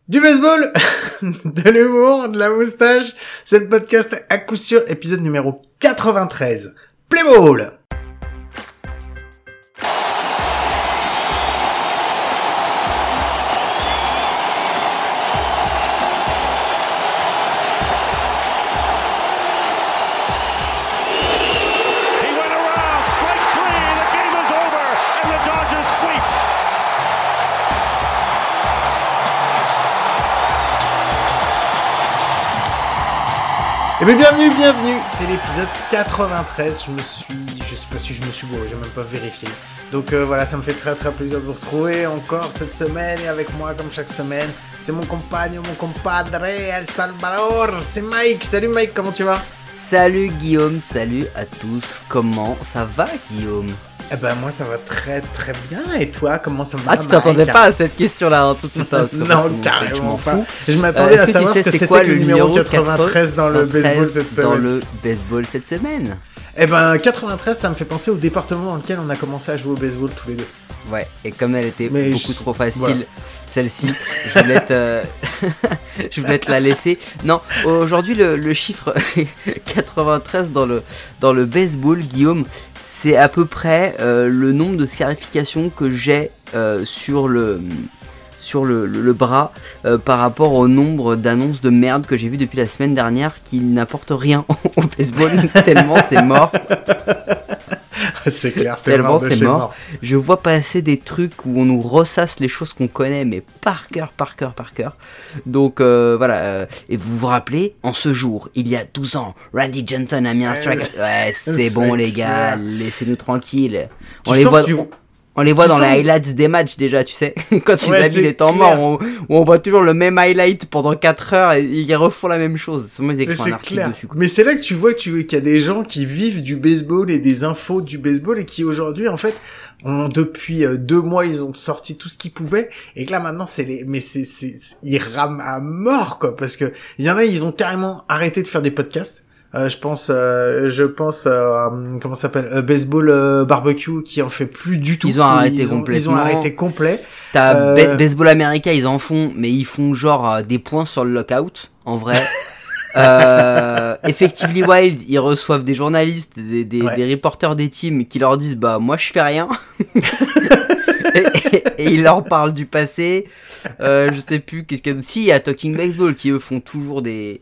Du baseball, de l'humour, de la moustache, c'est le podcast à coup sûr, épisode numéro 93. Play ball! Eh bien, bienvenue, c'est l'épisode 93, je sais pas si je me suis bourré, j'ai même pas vérifié. Donc voilà, ça me fait très plaisir de vous retrouver encore cette semaine, et avec moi, comme chaque semaine, c'est mon compadre, El Salvador, c'est Mike. Salut Mike, comment tu vas? Salut Guillaume, salut à tous, comment ça va Guillaume? Eh ben moi ça va très bien, et toi comment ça va? Ah, tu t'attendais pas à cette question là tout de suite, parce que non, carrément pas. Je m'attendais à savoir ce que c'était que le numéro 93 dans le baseball cette semaine. Dans le baseball cette semaine. Eh ben 93, ça me fait penser au département dans lequel on a commencé à jouer au baseball tous les deux. Ouais, et comme elle était beaucoup trop facile, voilà. Celle-ci, je voulais te la laisser. Non, aujourd'hui le chiffre 93 dans le baseball, Guillaume, c'est à peu près le nombre de scarifications que j'ai sur le bras par rapport au nombre d'annonces de merde que j'ai vues depuis la semaine dernière qui n'apportent rien au baseball, tellement c'est mort. C'est clair, tellement c'est mort. Je vois passer des trucs où on nous ressasse les choses qu'on connaît, mais par cœur. Donc voilà. Et vous vous rappelez, en ce jour, il y a 12 ans, Randy Johnson a mis un strike. Ouais, c'est bon les gars, laissez-nous tranquilles. On les voit dans les highlights des matchs déjà, tu sais. Quand ils habillent les temps morts, on voit toujours le même highlight pendant 4 heures et ils refont la même chose. Moi, ils écrivent un article dessus. Quoi. Mais c'est là que tu vois qu'il y a des gens qui vivent du baseball et des infos du baseball et qui aujourd'hui, en fait, depuis 2 mois, ils ont sorti tout ce qu'ils pouvaient et que là maintenant, ils rament à mort, quoi. Parce que il y en a, ils ont carrément arrêté de faire des podcasts. Je pense comment ça s'appelle, Baseball Barbecue qui en fait plus du tout. Ils ont arrêté complètement. Ils ont arrêté complet. T'as Baseball America, ils en font, mais ils font genre des points sur le lockout, en vrai. Effectively Wild, ils reçoivent des journalistes, des reporters des teams qui leur disent bah moi je fais rien. et ils leur parlent du passé. Je sais plus qu'est-ce qu'il y a. Si, il y a Talking Baseball qui eux font toujours des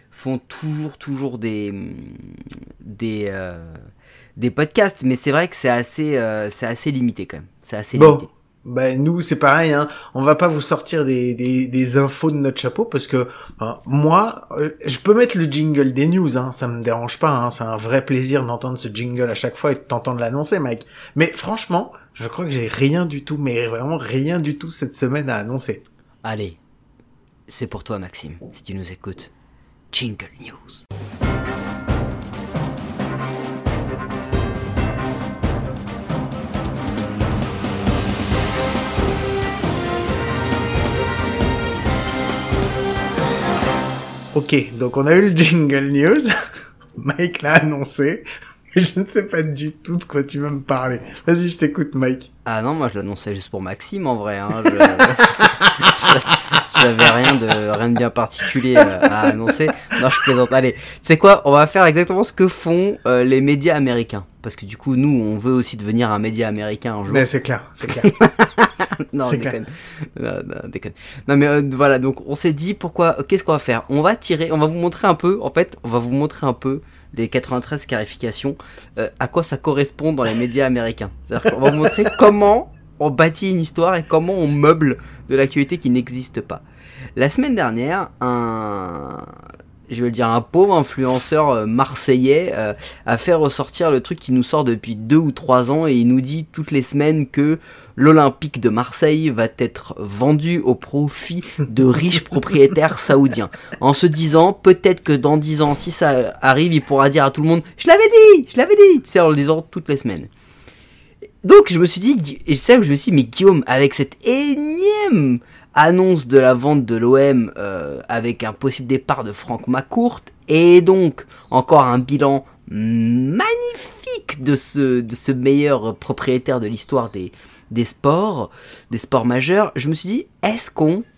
podcasts, mais c'est vrai que c'est assez limité quand même. C'est assez limité. Ben nous c'est pareil, hein. On va pas vous sortir des infos de notre chapeau parce que moi je peux mettre le jingle des news, hein, ça me dérange pas, hein. C'est un vrai plaisir d'entendre ce jingle à chaque fois et de t'entendre l'annoncer, Mike. Mais franchement, je crois que j'ai rien du tout, mais vraiment rien du tout cette semaine à annoncer. Allez, c'est pour toi Maxime, si tu nous écoutes. Jingle News. Ok, donc on a eu le Jingle News. Mike l'a annoncé. Je ne sais pas du tout de quoi tu vas me parler. Vas-y, je t'écoute, Mike. Ah non, moi je l'annonçais juste pour Maxime en vrai. Hein. J'avais rien de bien particulier à annoncer. Non, je plaisante. Allez, tu sais quoi, on va faire exactement ce que font les médias américains. Parce que du coup, nous, on veut aussi devenir un média américain un jour. Mais c'est clair. Non, déconne. Non, mais voilà, donc on s'est dit qu'est-ce qu'on va faire? On va vous montrer un peu, les 93 scarifications, à quoi ça correspond dans les médias américains. C'est-à-dire qu'on va vous montrer comment on bâtit une histoire et comment on meuble de l'actualité qui n'existe pas. La semaine dernière, un pauvre influenceur marseillais a fait ressortir le truc qui nous sort depuis 2 ou 3 ans et il nous dit toutes les semaines que l'Olympique de Marseille va être vendu au profit de riches propriétaires saoudiens. En se disant, peut-être que dans 10 ans, si ça arrive, il pourra dire à tout le monde « Je l'avais dit !» Tu sais, en le disant toutes les semaines. Donc je me suis dit, mais Guillaume, avec cette énième annonce de la vente de l'OM avec un possible départ de Franck Macourt et donc encore un bilan magnifique de ce meilleur propriétaire de l'histoire des sports majeurs, je me suis dit, est-ce qu'on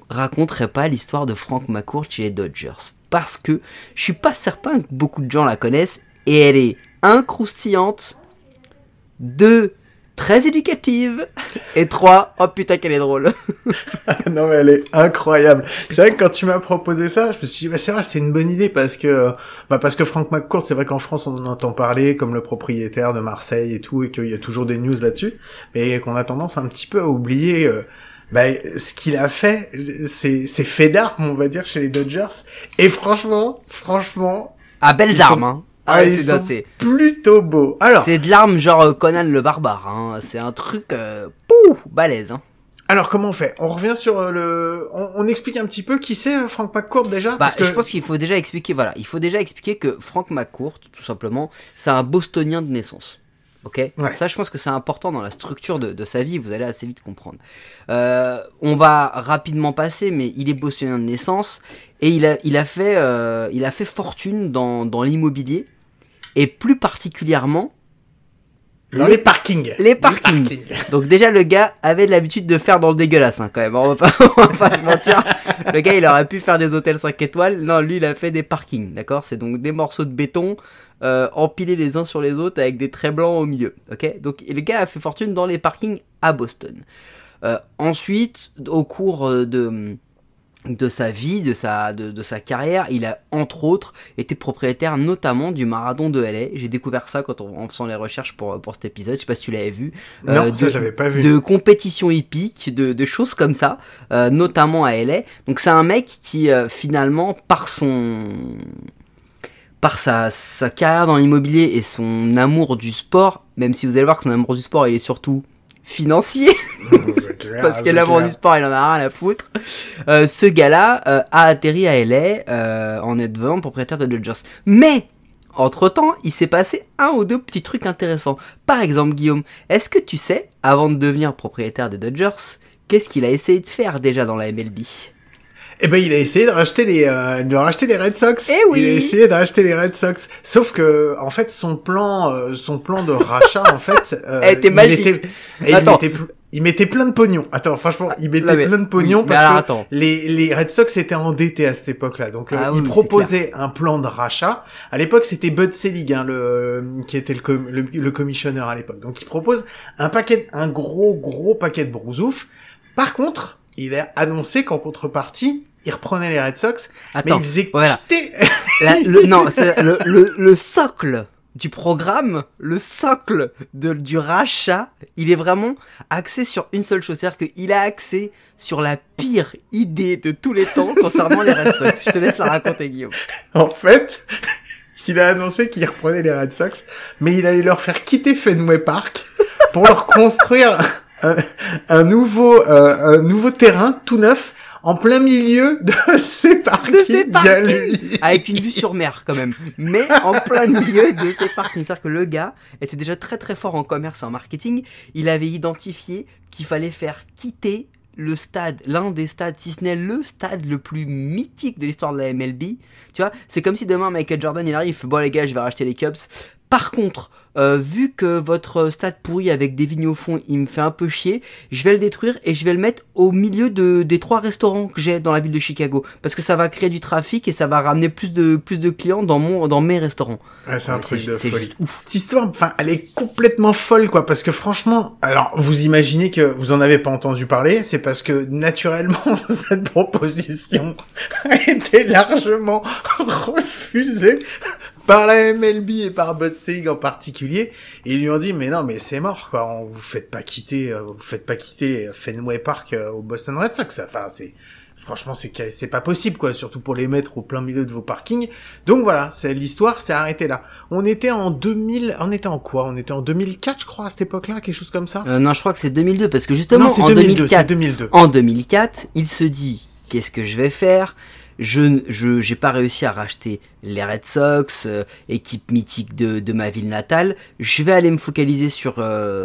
raconterait pas l'histoire de Frank McCourt chez les Dodgers. Parce que je suis pas certain que beaucoup de gens la connaissent et elle est incroustillante, 2, très éducative et 3, oh putain qu'elle est drôle. Non mais elle est incroyable. C'est vrai que quand tu m'as proposé ça, je me suis dit bah c'est vrai, c'est une bonne idée parce que Frank McCourt, c'est vrai qu'en France on en entend parler comme le propriétaire de Marseille et tout et qu'il y a toujours des news là-dessus, mais qu'on a tendance un petit peu à oublier ce qu'il a fait, c'est fait d'armes, on va dire, chez les Dodgers. Et franchement, belles armes, hein. Ils sont plutôt beaux. Alors, c'est de l'arme genre Conan le barbare, hein. C'est un truc balèze, hein. Alors comment on fait ? On revient sur on explique un petit peu qui c'est Frank McCourt déjà parce que... Je pense qu'il faut déjà expliquer que Frank McCourt, tout simplement, c'est un Bostonien de naissance. Ok, ouais. Ça, je pense que c'est important dans la structure de sa vie. Vous allez assez vite comprendre. On va rapidement passer, mais il est bostonien de naissance et il a fait fortune dans l'immobilier et plus particulièrement dans les parkings. Les parkings. Donc déjà le gars avait l'habitude de faire dans le dégueulasse, hein, quand même. On va pas se mentir. Le gars, il aurait pu faire des hôtels 5 étoiles. Non, lui, il a fait des parkings, d'accord ? C'est donc des morceaux de béton empilés les uns sur les autres avec des traits blancs au milieu, ok ? Donc le gars a fait fortune dans les parkings à Boston. Ensuite, au cours de sa vie, de sa carrière, il a entre autres été propriétaire notamment du Marathon de LA. J'ai découvert ça en faisant les recherches pour cet épisode. Je sais pas si tu l'avais vu. Non, ça j'avais pas vu. De compétitions hippiques, de choses comme ça, notamment à LA. Donc c'est un mec qui finalement par sa carrière dans l'immobilier et son amour du sport, même si vous allez voir que son amour du sport il est surtout financier, parce que l'amour du sport il en a rien à foutre, ce gars-là a atterri à LA en devenant propriétaire de Dodgers. Mais entre-temps, il s'est passé un ou deux petits trucs intéressants. Par exemple, Guillaume, est-ce que tu sais, avant de devenir propriétaire des Dodgers, qu'est-ce qu'il a essayé de faire déjà dans la MLB ? Eh ben, il a essayé de racheter les Red Sox. Eh oui. Il a essayé de racheter les Red Sox. Sauf que, en fait, son plan de rachat, en fait, était magique. Il mettait plein de pognon. Attends, franchement, il mettait plein de pognon parce que les Red Sox étaient endettés à cette époque-là. Donc, il proposait un plan de rachat. À l'époque, c'était Bud Selig, hein, qui était le commissionneur à l'époque. Donc, il propose un gros paquet de brousouf. Par contre, il a annoncé qu'en contrepartie, il reprenait les Red Sox, mais il faisait quitter... le socle du programme, le socle du rachat, il est vraiment axé sur une seule chose. C'est-à-dire qu'il a axé sur la pire idée de tous les temps concernant les Red Sox. Je te laisse la raconter, Guillaume. En fait, il a annoncé qu'il reprenait les Red Sox, mais il allait leur faire quitter Fenway Park pour leur construire... un nouveau terrain tout neuf en plein milieu de ces parkings. Avec une vue sur mer quand même, mais en plein milieu de ces parkings. C'est-à-dire que le gars était déjà très très fort en commerce et en marketing. Il avait identifié qu'il fallait faire quitter le stade, l'un des stades, si ce n'est le stade le plus mythique de l'histoire de la MLB. Tu vois, c'est comme si demain Michael Jordan il arrive, il fait bon les gars, je vais racheter les Cubs. Par contre, vu que votre stade pourri avec des vignes au fond, il me fait un peu chier, je vais le détruire et je vais le mettre au milieu des 3 restaurants que j'ai dans la ville de Chicago. Parce que ça va créer du trafic et ça va ramener plus de clients dans mes restaurants. Ouais, c'est un truc de c'est folie. Juste ouf. Cette histoire, elle est complètement folle, quoi, parce que franchement, alors, vous imaginez que vous en avez pas entendu parler, c'est parce que, naturellement, cette proposition a été largement refusée par la MLB et par Bud Selig en particulier, et ils lui ont dit mais non mais c'est mort quoi, vous faites pas quitter Fenway Park au Boston Red Sox, enfin c'est pas possible quoi, surtout pour les mettre au plein milieu de vos parkings. Donc voilà, l'histoire s'est arrêtée là. On était en 2004 je crois à cette époque-là, quelque chose comme ça. Non, je crois que c'est 2002 parce que justement c'est 2002. En 2004, il se dit qu'est-ce que je vais faire ? J'ai pas réussi à racheter les Red Sox, équipe mythique de ma ville natale. Je vais aller me focaliser sur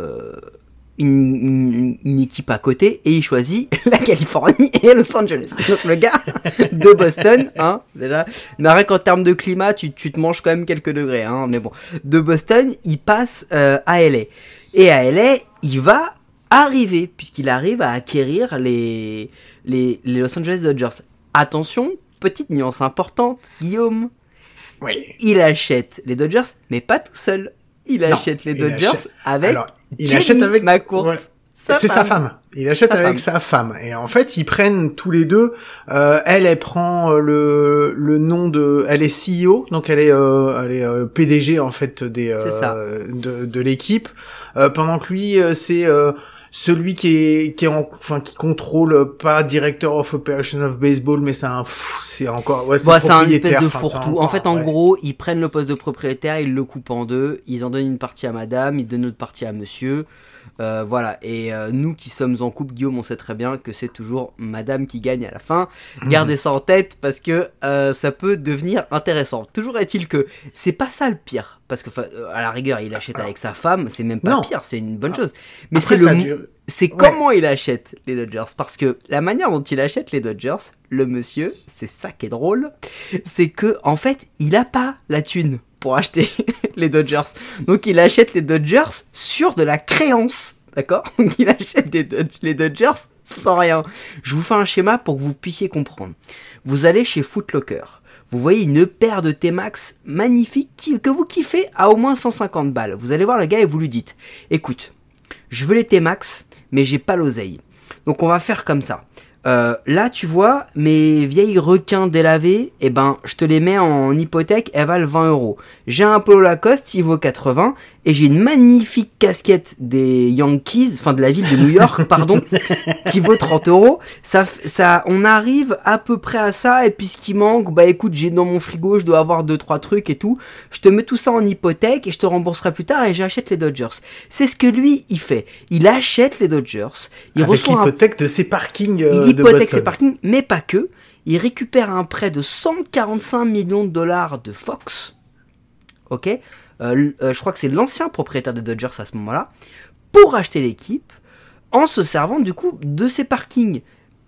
une équipe à côté et il choisit la Californie et Los Angeles. Donc le gars de Boston, hein, déjà, mais rien qu'en termes de climat, tu te manges quand même quelques degrés, hein, mais bon, de Boston, il passe à LA. Et à LA, il va arriver, puisqu'il arrive à acquérir les Los Angeles Dodgers. Attention, petite nuance importante, Guillaume. Oui. Il achète les Dodgers, mais pas tout seul. Il achète les Dodgers avec Jenny McCourt. Ouais. C'est sa femme. Il achète avec sa femme. Et en fait, ils prennent tous les deux. Elle prend le nom de. Elle est CEO, donc elle est PDG en fait de l'équipe. Pendant que lui, c'est celui qui contrôle pas director of operation of baseball, mais c'est encore c'est un espèce de fourre-tout. En fait, en gros, ils prennent le poste de propriétaire, ils le coupent en deux, ils en donnent une partie à madame, ils donnent l'autre partie à monsieur. Voilà, et nous qui sommes en couple, Guillaume, on sait très bien que c'est toujours madame qui gagne à la fin. Gardez ça en tête parce que ça peut devenir intéressant. Toujours est-il que c'est pas ça le pire, parce que à la rigueur il achète avec sa femme, c'est même pas pire, c'est une bonne chose. Mais après, c'est comment il achète les Dodgers, parce que la manière dont il achète les Dodgers, le monsieur, c'est ça qui est drôle, c'est que en fait il a pas la thune pour acheter les Dodgers. Donc il achète les Dodgers sur de la créance, d'accord ? Donc il achète les Dodgers sans rien. Je vous fais un schéma pour que vous puissiez comprendre. Vous allez chez Foot Locker, vous voyez une paire de T-Max magnifique que vous kiffez à au moins 150 balles. Vous allez voir le gars et vous lui dites, écoute, je veux les T-Max, mais j'ai pas l'oseille. Donc on va faire comme ça. Là, tu vois, mes vieilles requins délavés, je te les mets en hypothèque, elles valent 20 €. J'ai un polo Lacoste, il vaut 80, et j'ai une magnifique casquette des Yankees, enfin de la ville de New York, pardon, qui vaut 30 €. Ça, on arrive à peu près à ça, et puis ce qui manque, écoute, j'ai dans mon frigo, je dois avoir 2-3 trucs et tout. Je te mets tout ça en hypothèque, et je te rembourserai plus tard, et j'achète les Dodgers. C'est ce que lui, il fait. Il achète les Dodgers, il avec reçoit l'hypothèque de ses parkings il hypothèque ses parkings, mais pas que. Il récupère un prêt de 145 millions de dollars de Fox. Ok, je crois que c'est l'ancien propriétaire des Dodgers à ce moment-là, pour acheter l'équipe, en se servant du coup de ses parkings.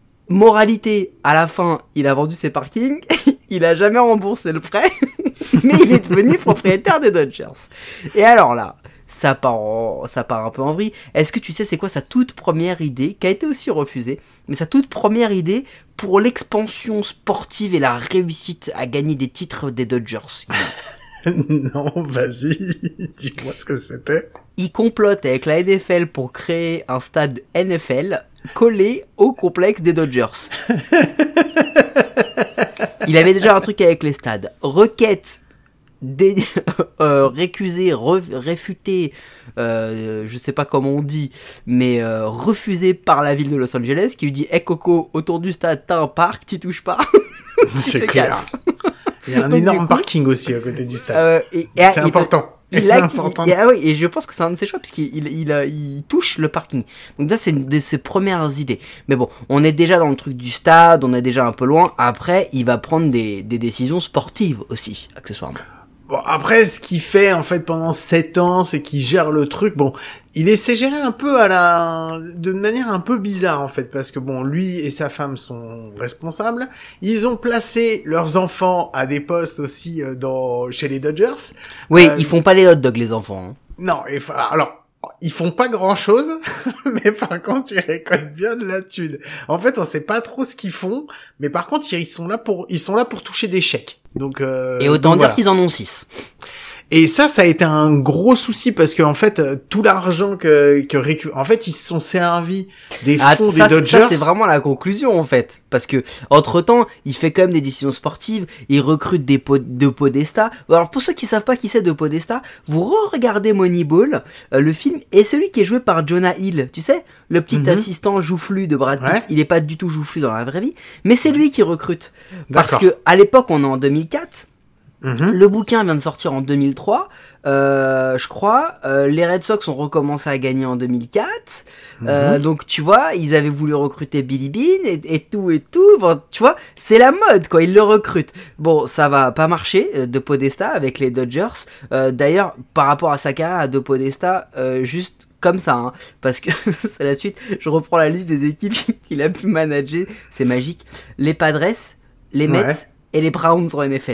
Moralité, à la fin, il a vendu ses parkings, il a jamais remboursé le prêt, mais il est devenu propriétaire des Dodgers. Et alors là, ça part un peu en vrille. Est-ce que tu sais c'est quoi sa toute première idée, qui a été aussi refusée, mais sa toute première idée pour l'expansion sportive et la réussite à gagner des titres des Dodgers? Non, vas-y, dis-moi ce que c'était. Il complote avec la NFL pour créer un stade NFL collé au complexe des Dodgers. Il avait déjà un truc avec les stades. Requête récusé, réfuté, je sais pas comment on dit, mais refusé par la ville de Los Angeles, qui lui dit hey Coco, autour du stade t'as un parc, t'y touches pas. C'est clair. Il y a un énorme parking aussi à côté du stade. C'est important. Et je pense que c'est un de ses choix, puisqu'il touche le parking. Donc ça, c'est une de ses premières idées. Mais bon, on est déjà dans le truc du stade, on est déjà un peu loin. Après, il va prendre des décisions sportives aussi, accessoirement. Bon, après, ce qu'il fait, en fait, pendant 7 ans, c'est qu'il gère le truc. Bon, il essaie de gérer un peu de manière un peu bizarre, en fait, parce que bon, lui et sa femme sont responsables. Ils ont placé leurs enfants à des postes aussi chez les Dodgers. Oui, ils font pas les hot dogs, les enfants. Hein. Non, alors, ils font pas grand chose, mais par contre, ils récoltent bien de la thune. En fait, on sait pas trop ce qu'ils font, mais par contre, ils sont là pour toucher des chèques. Donc, et autant dire qu'ils en ont 6. Et ça a été un gros souci parce que en fait tout l'argent en fait ils se sont servis des fonds des Dodgers. Ça c'est vraiment la conclusion en fait, parce que entre-temps, il fait quand même des décisions sportives, il recrute de Podesta. Alors pour ceux qui savent pas qui c'est de Podesta, vous regardez Moneyball, le film, et celui qui est joué par Jonah Hill, tu sais, le petit assistant joufflu de Brad Pitt, ouais. Il est pas du tout joufflu dans la vraie vie, mais c'est lui qui recrute. Parce que à l'époque, on est en 2004. Le bouquin vient de sortir en 2003, je crois. Les Red Sox ont recommencé à gagner en 2004. Donc tu vois, ils avaient voulu recruter Billy Beane et tout. Bon, tu vois, c'est la mode quoi. Ils le recrutent. Bon, ça va pas marcher de Podesta avec les Dodgers. D'ailleurs, par rapport à sa carrière de Podesta, juste comme ça, hein, parce que c'est la suite. Je reprends la liste des équipes qu'il a pu manager. C'est magique. Les Padres, les Mets. Ouais. Et les Browns en NFL.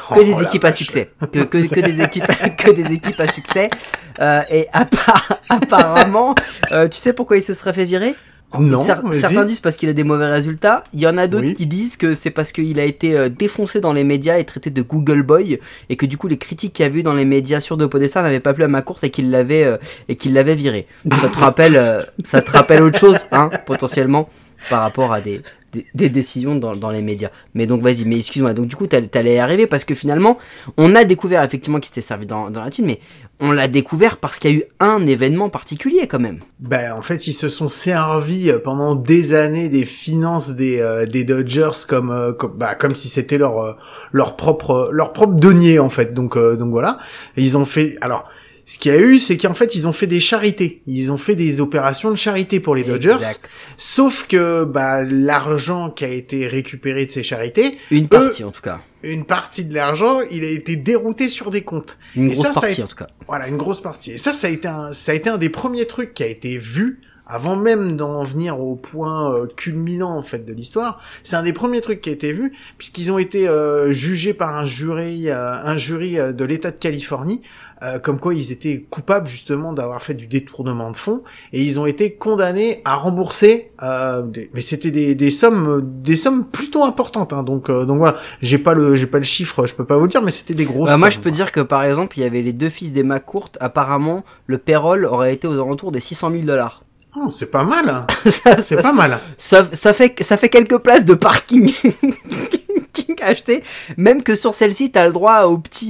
que des équipes à succès, que des équipes, que des équipes à succès. Et apparemment, tu sais pourquoi il se serait fait virer? Non, certains disent parce qu'il a des mauvais résultats. Il y en a d'autres qui disent que c'est parce qu'il a été défoncé dans les médias et traité de Google Boy, et que du coup les critiques qu'il y a eu dans les médias sur De Podesta n'avaient pas plu à McCourt et qu'il l'avait viré. Ça te rappelle autre chose, hein, potentiellement, par rapport à des décisions dans les médias. Mais donc vas-y, mais excuse-moi, donc du coup t'allais y arriver parce que finalement on a découvert effectivement qu'il s'était servi dans la thune, mais on l'a découvert parce qu'il y a eu un événement particulier quand même. Ben en fait ils se sont servis pendant des années des finances des Dodgers comme si c'était leur propre denier en fait. Donc voilà, et ils ont fait ce qu'il y a eu, c'est qu'en fait, ils ont fait des charités. Ils ont fait des opérations de charité pour les Dodgers. Exact. Sauf que, l'argent qui a été récupéré de ces charités. Une partie, en tout cas. Une partie de l'argent, il a été dérouté sur des comptes. Une grosse partie, en tout cas. Voilà, une grosse partie. Et ça a été un des premiers trucs qui a été vu avant même d'en venir au point culminant, en fait, de l'histoire. C'est un des premiers trucs qui a été vu, puisqu'ils ont été jugés par un jury de l'État de Californie, comme quoi ils étaient coupables justement d'avoir fait du détournement de fonds, et ils ont été condamnés à rembourser mais c'était des sommes plutôt importantes, hein. Donc voilà, j'ai pas le chiffre, je peux pas vous le dire, mais c'était des grosses sommes. Moi je peux dire que par exemple il y avait les deux fils des McCourt, apparemment le payroll aurait été aux alentours des $600,000. Oh, c'est pas mal, hein. C'est pas mal. Ça fait quelques places de parking acheté, même que sur celle-ci t'as le droit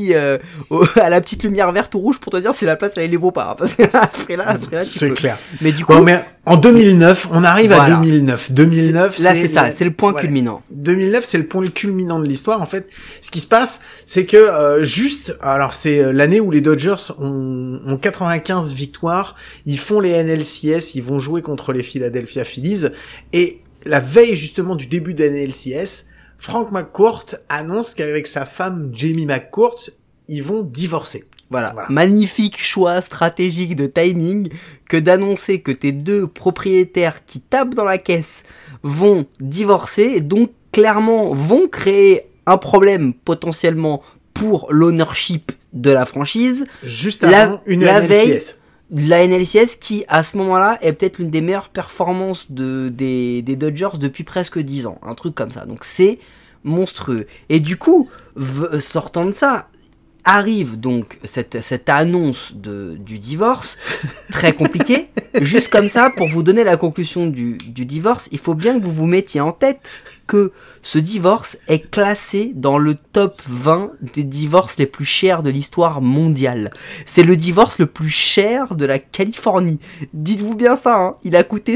à la petite lumière verte ou rouge pour te dire si la place elle est libre ou pas, parce que à ce prix-là c'est clair. Mais du coup, en 2009, on arrive à 2009. 2009, c'est le point culminant. 2009, c'est le point culminant de l'histoire. En fait, ce qui se passe, c'est que c'est l'année où les Dodgers ont 95 victoires. Ils font les NLCS, ils vont jouer contre les Philadelphia Phillies, et la veille justement du début de NLCS, Frank McCourt annonce qu'avec sa femme Jamie McCourt, ils vont divorcer. Voilà. Magnifique choix stratégique de timing que d'annoncer que tes deux propriétaires qui tapent dans la caisse vont divorcer, et donc clairement vont créer un problème potentiellement pour l'ownership de la franchise. Juste avant la NLCS. La NLCS qui, à ce moment-là, est peut-être l'une des meilleures performances des Dodgers depuis presque 10 ans. Un truc comme ça. Donc c'est monstrueux. Et du coup, sortant de ça, arrive donc cette annonce du divorce, très compliqué. Juste comme ça, pour vous donner la conclusion du divorce, il faut bien que vous vous mettiez en tête que ce divorce est classé dans le top 20 des divorces les plus chers de l'histoire mondiale. C'est le divorce le plus cher de la Californie. Dites-vous bien ça, hein. Il a coûté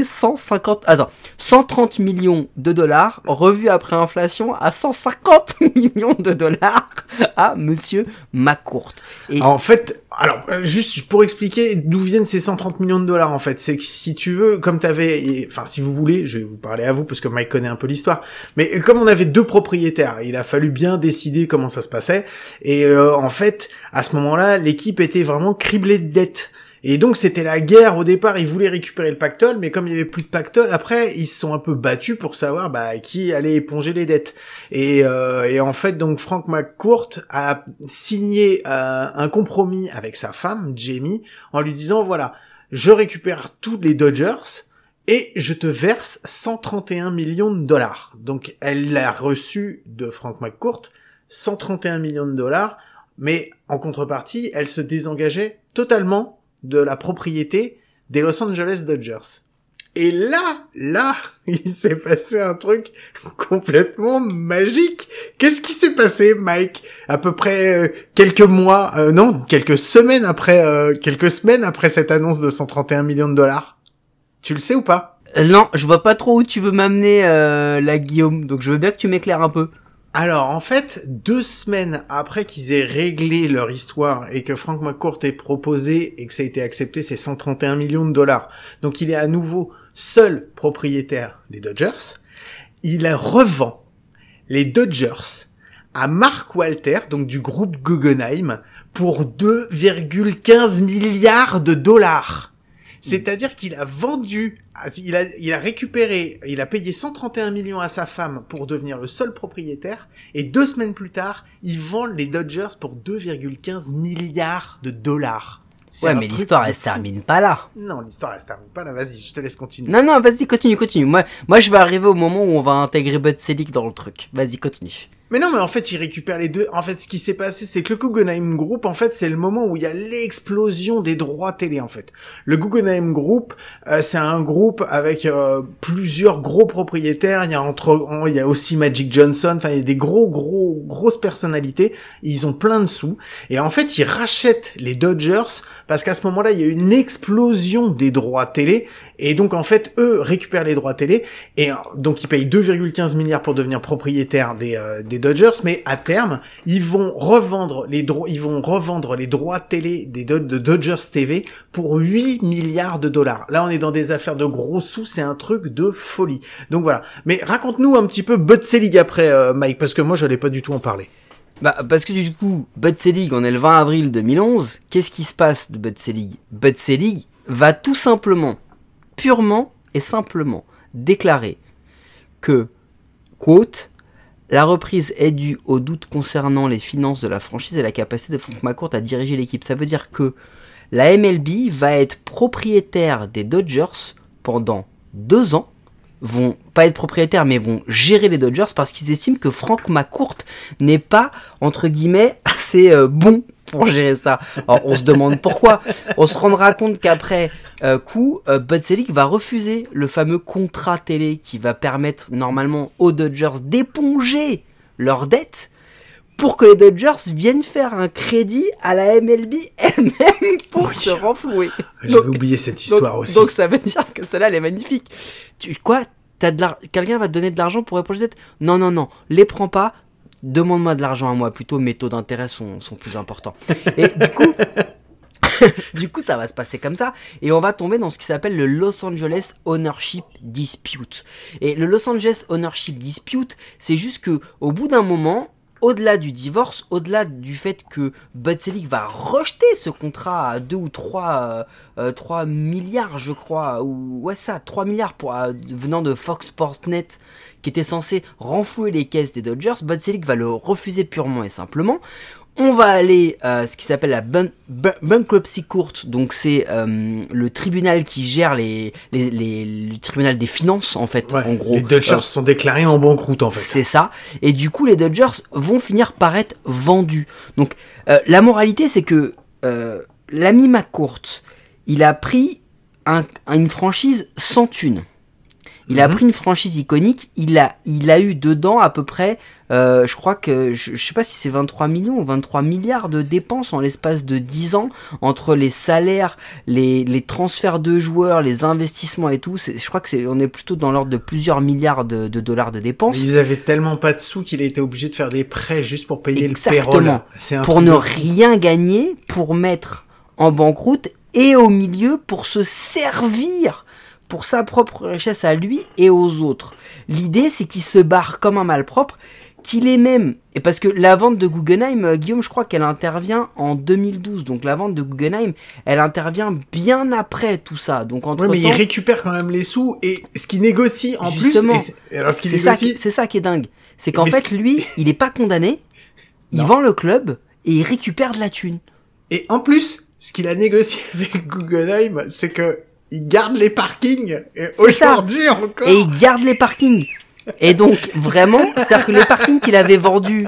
130 millions de dollars, revu après inflation à 150 millions de dollars à monsieur McCourt. Et en fait, juste pour expliquer d'où viennent ces 130 millions de dollars, en fait, c'est que si tu veux, si vous voulez, je vais vous parler à vous parce que Mike connaît un peu l'histoire, mais comme on avait deux propriétaires, il a fallu bien décider comment ça se passait, et en fait, à ce moment-là, l'équipe était vraiment criblée de dettes. Et donc c'était la guerre au départ, ils voulaient récupérer le pactole, mais comme il y avait plus de pactole, après ils se sont un peu battus pour savoir qui allait éponger les dettes. Et en fait donc Frank McCourt a signé un compromis avec sa femme Jamie en lui disant voilà, je récupère tous les Dodgers et je te verse 131 millions de dollars. Donc elle a reçu de Frank McCourt 131 millions de dollars, mais en contrepartie, elle se désengageait totalement de la propriété des Los Angeles Dodgers. Et là, il s'est passé un truc complètement magique. Qu'est-ce qui s'est passé, Mike? À peu près quelques semaines après cette annonce de 131 millions de dollars. Tu le sais ou pas? Non, je vois pas trop où tu veux m'amener, là, Guillaume. Donc je veux bien que tu m'éclaires un peu. Alors, en fait, 2 semaines après qu'ils aient réglé leur histoire et que Frank McCourt ait proposé et que ça a été accepté, c'est 131 millions de dollars. Donc, il est à nouveau seul propriétaire des Dodgers. Il revend les Dodgers à Mark Walter, donc du groupe Guggenheim, pour 2,15 milliards de dollars. C'est-à-dire qu'il a vendu il a récupéré, il a payé 131 millions à sa femme pour devenir le seul propriétaire, et 2 semaines plus tard, il vend les Dodgers pour 2,15 milliards de dollars. Ouais, mais l'histoire, elle se termine pas là. Non, l'histoire, elle se termine pas là. Vas-y, je te laisse continuer. Non, vas-y, continue. Moi, je vais arriver au moment où on va intégrer Bud Selig dans le truc. Vas-y, continue. Mais non, mais en fait, il récupère les deux. En fait, ce qui s'est passé, c'est que le Guggenheim Group, en fait, c'est le moment où il y a l'explosion des droits télé, en fait. Le Guggenheim Group, c'est un groupe avec plusieurs gros propriétaires. Il y a aussi Magic Johnson. Enfin, il y a des grosses personnalités. Ils ont plein de sous. Et en fait, ils rachètent les Dodgers parce qu'à ce moment-là, il y a eu une explosion des droits télé. Et donc, en fait, eux récupèrent les droits télé. Et donc, ils payent 2,15 milliards pour devenir propriétaires des Dodgers. Mais à terme, ils vont revendre les droits télé de Dodgers TV pour 8 milliards de dollars. Là, on est dans des affaires de gros sous. C'est un truc de folie. Donc, voilà. Mais raconte-nous un petit peu Bud Selig après, Mike, parce que moi, je n'allais pas du tout en parler. Parce que du coup, Bud Selig, on est le 20 avril 2011. Qu'est-ce qui se passe de Bud Selig ? Bud Selig va tout simplement, purement et simplement déclarer que, quote, la reprise est due aux doutes concernant les finances de la franchise et la capacité de Frank McCourt à diriger l'équipe. Ça veut dire que la MLB va être propriétaire des Dodgers pendant 2 ans, vont pas être propriétaires mais vont gérer les Dodgers parce qu'ils estiment que Frank McCourt n'est pas, entre guillemets, assez bon pour gérer ça. Alors on se demande pourquoi. On se rendra compte qu'après Bud Selig va refuser le fameux contrat télé qui va permettre normalement aux Dodgers d'éponger leurs dettes pour que les Dodgers viennent faire un crédit à la MLB elle-même pour se renflouer. J'avais oublié cette histoire aussi. Donc ça veut dire que celle-là, elle est magnifique. Quelqu'un va te donner de l'argent pour éponger les dettes ? Non, les prends pas. Demande-moi de l'argent à moi plutôt, mes taux d'intérêt sont plus importants. Et du coup, ça va se passer comme ça, et on va tomber dans ce qui s'appelle le Los Angeles Ownership Dispute. Et le Los Angeles Ownership Dispute, c'est juste que au bout d'un moment, au-delà du divorce, au-delà du fait que Bud Selig va rejeter ce contrat à 2 ou 3 milliards, je crois, 3 milliards venant de Fox Sports Net, qui était censé renflouer les caisses des Dodgers, Bud Selig va le refuser purement et simplement. On va aller ce qui s'appelle la Bankruptcy Court, donc c'est le tribunal qui gère le tribunal des finances en fait, en gros. Les Dodgers sont déclarés en banqueroute en fait. C'est ça, et du coup les Dodgers vont finir par être vendus. Donc la moralité c'est que l'ami McCourt, il a pris une franchise sans thune. Il a pris une franchise iconique, il a eu dedans à peu près, je crois que, je sais pas si c'est 23 millions ou 23 milliards de dépenses en l'espace de 10 ans, entre les salaires, les transferts de joueurs, les investissements et tout. Je crois que on est plutôt dans l'ordre de plusieurs milliards de dollars de dépenses. Mais ils avaient tellement pas de sous qu'il a été obligé de faire des prêts juste pour payer Exactement. le payroll. C'est pour ne rien gagner, pour mettre en banqueroute et au milieu pour se servir pour sa propre richesse à lui et aux autres. L'idée, c'est qu'il se barre comme un malpropre, qu'il est même... Et parce que la vente de Guggenheim, Guillaume, je crois qu'elle intervient en 2012. Donc la vente de Guggenheim, elle intervient bien après tout ça. Donc entre-temps... Oui, mais il récupère quand même les sous et ce qu'il négocie en justement, plus... Alors, ce qu'il négocie... c'est ça qui est dingue. C'est qu'en fait, lui, il est pas condamné, il vend le club et il récupère de la thune. Et en plus, ce qu'il a négocié avec Guggenheim, c'est que il garde les parkings aujourd'hui encore. Et il garde les parkings. Et donc vraiment, c'est-à-dire que les parkings qu'il avait vendus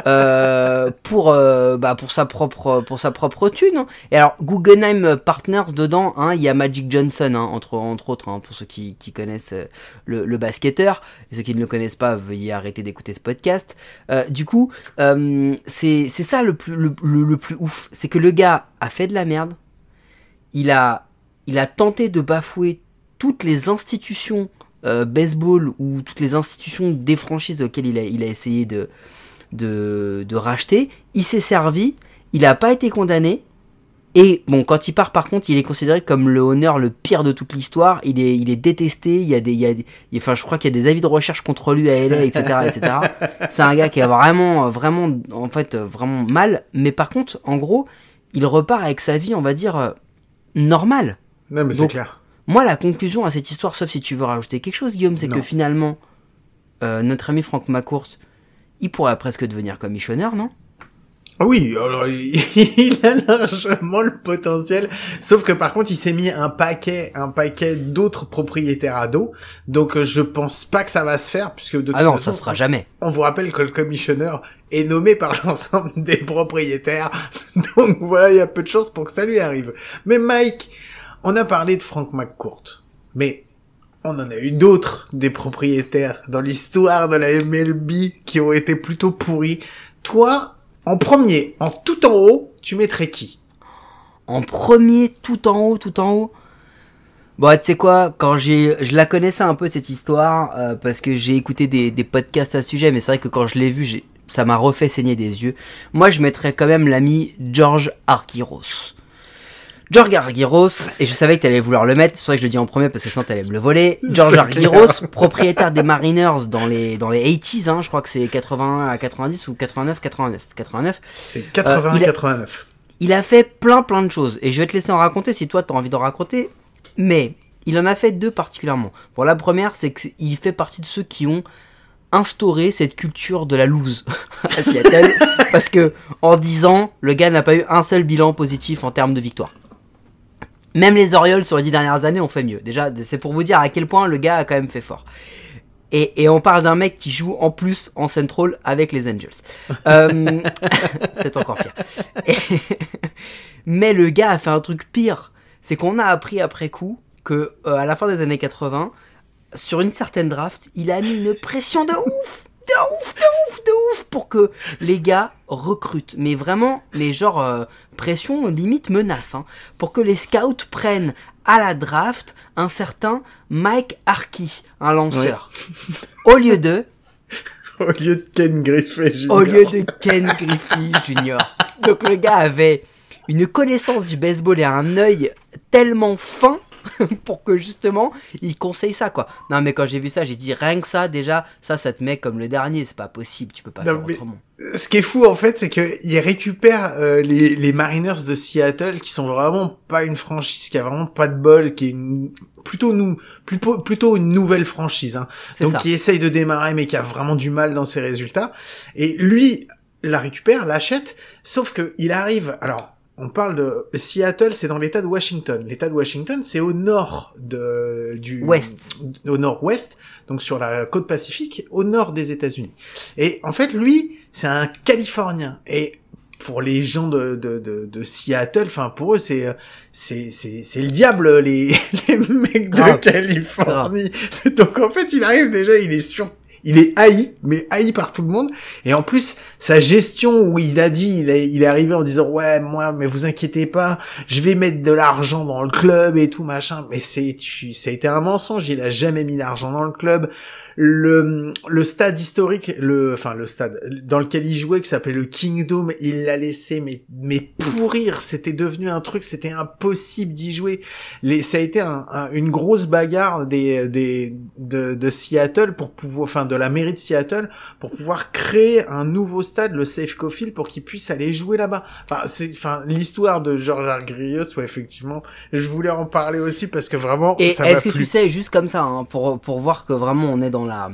pour sa propre thune. Hein. Et alors Guggenheim Partners dedans, hein, il y a Magic Johnson, hein, entre autres, hein, pour ceux qui connaissent le basketteur. Et ceux qui ne le connaissent pas, veuillez arrêter d'écouter ce podcast. Du coup, c'est ça le plus ouf, c'est que le gars a fait de la merde. Il a tenté de bafouer toutes les institutions baseball ou toutes les institutions des franchises auxquelles il a essayé de racheter. Il s'est servi, il n'a pas été condamné. Et bon, quand il part, par contre, il est considéré comme le owner le pire de toute l'histoire. Il est détesté. Je crois qu'il y a des avis de recherche contre lui à LA, etc. C'est un gars qui est vraiment mal. Mais par contre, en gros, il repart avec sa vie, on va dire, normale. Non, mais c'est clair. Moi, la conclusion à cette histoire, sauf si tu veux rajouter quelque chose, Guillaume, c'est que finalement, notre ami Frank McCourt, il pourrait presque devenir commissionneur, non? Oui, alors il a largement le potentiel, sauf que par contre il s'est mis un paquet d'autres propriétaires à dos, donc je pense pas que ça va se faire, puisque de toute façon, ça se fera jamais. On vous rappelle que le commissionneur est nommé par l'ensemble des propriétaires, donc voilà, il y a peu de chances pour que ça lui arrive. Mais Mike, on a parlé de Frank McCourt, mais on en a eu d'autres des propriétaires dans l'histoire de la MLB qui ont été plutôt pourris. Toi, en premier, en tout en haut, tu mettrais qui? En premier, tout en haut. Bon, tu sais quoi, je la connaissais un peu cette histoire, parce que j'ai écouté des podcasts à ce sujet, mais c'est vrai que quand je l'ai vu, ça m'a refait saigner des yeux. Moi, je mettrais quand même l'ami George Argyros. George Argyros, et je savais que t'allais vouloir le mettre, c'est pour ça que je le dis en premier parce que sinon t'allais me le voler. George Argyros, propriétaire des Mariners dans les 80s, hein, je crois que c'est 81 à 90 ou 89. C'est 89. Il a fait plein de choses, et je vais te laisser en raconter si toi t'as envie d'en raconter, mais il en a fait deux particulièrement. Bon, la première, c'est qu'il fait partie de ceux qui ont instauré cette culture de la lose à Seattle, parce que en 10 ans, le gars n'a pas eu un seul bilan positif en termes de victoire. Même les Orioles sur les 10 dernières années ont fait mieux. Déjà, c'est pour vous dire à quel point le gars a quand même fait fort. Et on parle d'un mec qui joue en plus en Central avec les Angels. C'est encore pire. Mais le gars a fait un truc pire. C'est qu'on a appris après coup que à la fin des années 80, sur une certaine draft, il a mis une pression de ouf pour que les gars recrutent. Mais vraiment, pression limite menace, hein, pour que les scouts prennent à la draft un certain Mike Harkey, un lanceur. Ouais. Au lieu de Ken Griffey Jr. Donc le gars avait une connaissance du baseball et un œil tellement fin pour que justement il conseille ça, quoi. Non, mais quand j'ai vu ça, j'ai dit rien que ça, déjà ça te met comme le dernier, c'est pas possible, tu peux pas faire autrement. Ce qui est fou en fait, c'est que il récupère les Mariners de Seattle, qui sont vraiment pas une franchise, qui a vraiment pas de bol, qui est plutôt une nouvelle franchise, hein. Donc ça. Qui essaye de démarrer mais qui a vraiment du mal dans ses résultats. Et lui la récupère, l'achète, sauf que il arrive, alors on parle de Seattle, c'est dans l'État de Washington. L'État de Washington, c'est au nord au nord-ouest, donc sur la côte Pacifique, au nord des États-Unis. Et en fait, lui, c'est un Californien. Et pour les gens de Seattle, enfin pour eux, c'est le diable, les mecs de Californie. Donc en fait, il arrive déjà, il est haï, mais haï par tout le monde. Et en plus, sa gestion où il est arrivé en disant, ouais, moi, mais vous inquiétez pas, je vais mettre de l'argent dans le club et tout, machin. Mais ça a été un mensonge, il a jamais mis d'argent dans le club. Le stade historique, le stade dans lequel il jouait, qui s'appelait le Kingdom, il l'a laissé mais pourrir. C'était devenu un truc, c'était impossible d'y jouer. Ça a été une grosse bagarre de Seattle pour pouvoir, enfin de la mairie de Seattle, pour pouvoir créer un nouveau stade, le Safeco Field, pour qu'ils puissent aller jouer là-bas. L'histoire de George Argyros, ouais, effectivement, je voulais en parler aussi parce que vraiment. Et ça est-ce que tu sais, juste comme ça, hein, pour voir que vraiment on est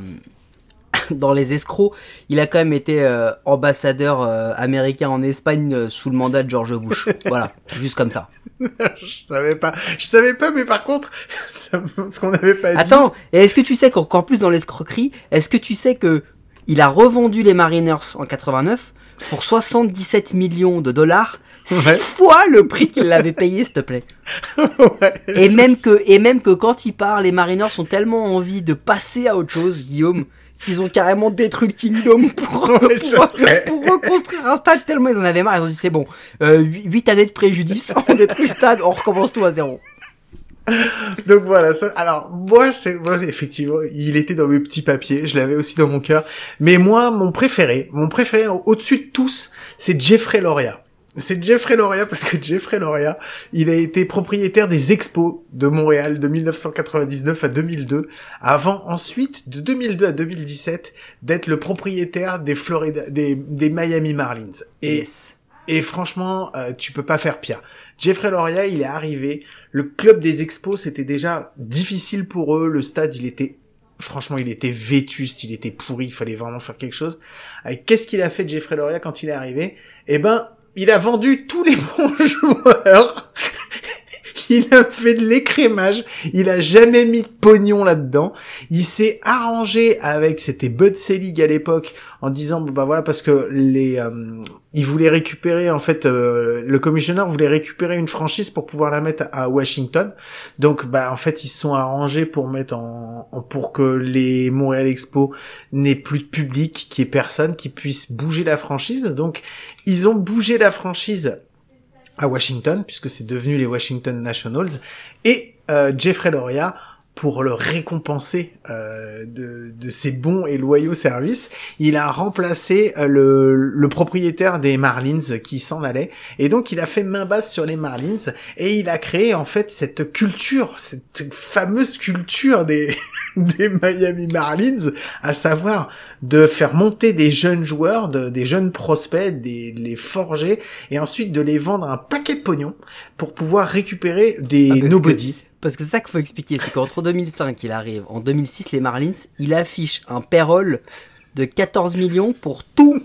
dans les escrocs, il a quand même été ambassadeur américain en Espagne sous le mandat de George Bush. Voilà, juste comme ça. Je savais pas, mais par contre, ce qu'on n'avait pas dit. Attends, et est-ce que tu sais qu'encore plus dans l'escroquerie, est-ce que tu sais que il a revendu les Mariners en 89 pour 77 millions de dollars, 6 fois le prix qu'il l'avait payé, s'il te plaît. Ouais, et même que quand il part, les Mariners ont tellement envie de passer à autre chose, Guillaume, qu'ils ont carrément détruit le Kingdom pour reconstruire un stade, tellement ils en avaient marre. Ils ont dit c'est bon, 8 années de préjudice, on détruit le stade, on recommence tout à zéro. Donc voilà, ça, alors moi effectivement, il était dans mes petits papiers, je l'avais aussi dans mon cœur, mais moi mon préféré au-dessus de tous, c'est Jeffrey Loria. C'est Jeffrey Loria parce que Jeffrey Loria, il a été propriétaire des Expos de Montréal de 1999 à 2002, avant ensuite de 2002 à 2017 d'être le propriétaire des Miami Marlins. Et franchement, tu peux pas faire pire. Jeffrey Loria, il est arrivé. Le club des Expos, c'était déjà difficile pour eux. Le stade, franchement, il était vétuste, il était pourri. Il fallait vraiment faire quelque chose. Qu'est-ce qu'il a fait, Jeffrey Loria, quand il est arrivé? Eh ben, il a vendu tous les bons joueurs. Il a fait de l'écrémage, il a jamais mis de pognon là-dedans. Il s'est arrangé avec, c'était Bud Selig à l'époque, en disant bah voilà, parce que il voulait récupérer en fait, le commissionnaire voulait récupérer une franchise pour pouvoir la mettre à Washington. Donc bah en fait ils se sont arrangés pour mettre pour que les Montréal Expos n'aient plus de public, qu'il y ait personne qui puisse bouger la franchise. Donc ils ont bougé la franchise à Washington, puisque c'est devenu les Washington Nationals, et Jeffrey Loria, pour le récompenser de ses bons et loyaux services, il a remplacé le propriétaire des Marlins qui s'en allait, et donc il a fait main basse sur les Marlins, et il a créé en fait cette culture, cette fameuse culture des Miami Marlins, à savoir de faire monter des jeunes joueurs, des jeunes prospects, de les forger, et ensuite de les vendre un paquet de pognon pour pouvoir récupérer des nobody. Parce que c'est ça qu'il faut expliquer, c'est qu'entre 2005, il arrive, en 2006, les Marlins, il affiche un payroll de 14 millions pour tout.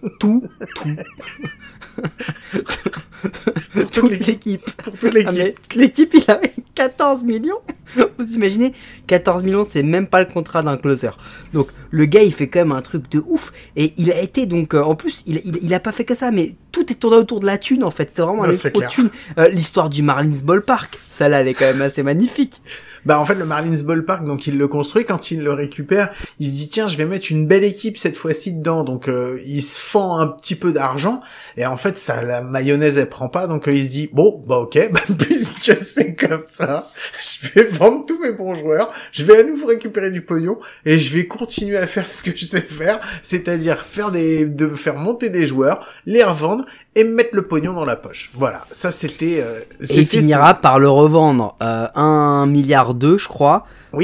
Pour toute l'équipe. Pour toute l'équipe. Ah, mais l'équipe, il avait 14 millions. Vous imaginez, 14 millions, c'est même pas le contrat d'un closer. Donc, le gars, il fait quand même un truc de ouf. Et il a été, donc, en plus, il a pas fait que ça, mais tout est tourné autour de la thune, en fait. C'est vraiment un trop de thune. L'histoire du Marlins Ballpark, ça là, elle est quand même assez magnifique. Bah en fait le Marlins Ballpark, donc il le construit, quand il le récupère, il se dit tiens je vais mettre une belle équipe cette fois-ci dedans, donc il se fend un petit peu d'argent, et en fait ça la mayonnaise elle prend pas, donc il se dit bon bah ok, bah puisque c'est comme ça, je vais vendre tous mes bons joueurs, je vais à nouveau récupérer du pognon, et je vais continuer à faire ce que je sais faire, c'est-à-dire faire monter des joueurs, les revendre, et mettre le pognon dans la poche. Voilà, ça c'était... et il finira par le revendre 1,2 milliard, je crois, oui,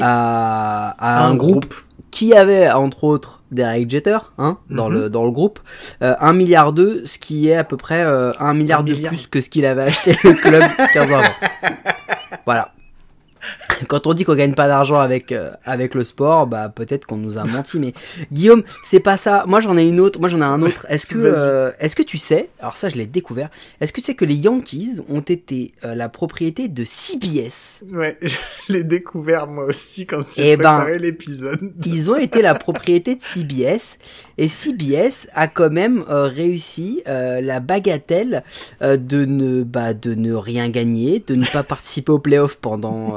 à un groupe qui avait, entre autres, Derek Jeter, dans le groupe. 1,2 milliard, ce qui est à peu près 1 milliard de plus que ce qu'il avait acheté le club 15 ans avant. Voilà. Quand on dit qu'on gagne pas d'argent avec le sport, bah peut-être qu'on nous a menti, mais Guillaume, c'est pas ça. Moi j'en ai un autre. Est-ce que tu sais, alors ça je l'ai découvert, est-ce que tu sais que les Yankees ont été la propriété de CBS? Ouais, je l'ai découvert moi aussi quand j'ai préparé l'épisode. Ils ont été la propriété de CBS, et CBS a quand même réussi la bagatelle de ne rien gagner, de ne pas participer aux playoffs pendant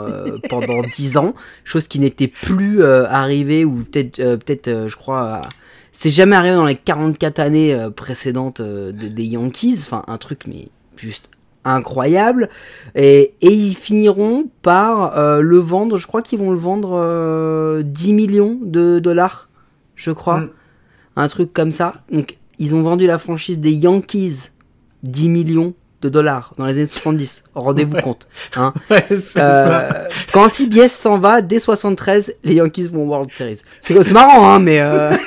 10 ans, chose qui n'était plus arrivée, ou peut-être je crois c'est jamais arrivé dans les 44 années précédentes des Yankees, enfin un truc mais juste incroyable, et ils finiront par le vendre, je crois qu'ils vont le vendre 10 millions de dollars, je crois, un truc comme ça. Donc ils ont vendu la franchise des Yankees 10 millions de dollars dans les années 70, rendez-vous compte, Ouais, c'est ça. Quand CBS s'en va, dès 73, les Yankees vont World Series. C'est marrant, mais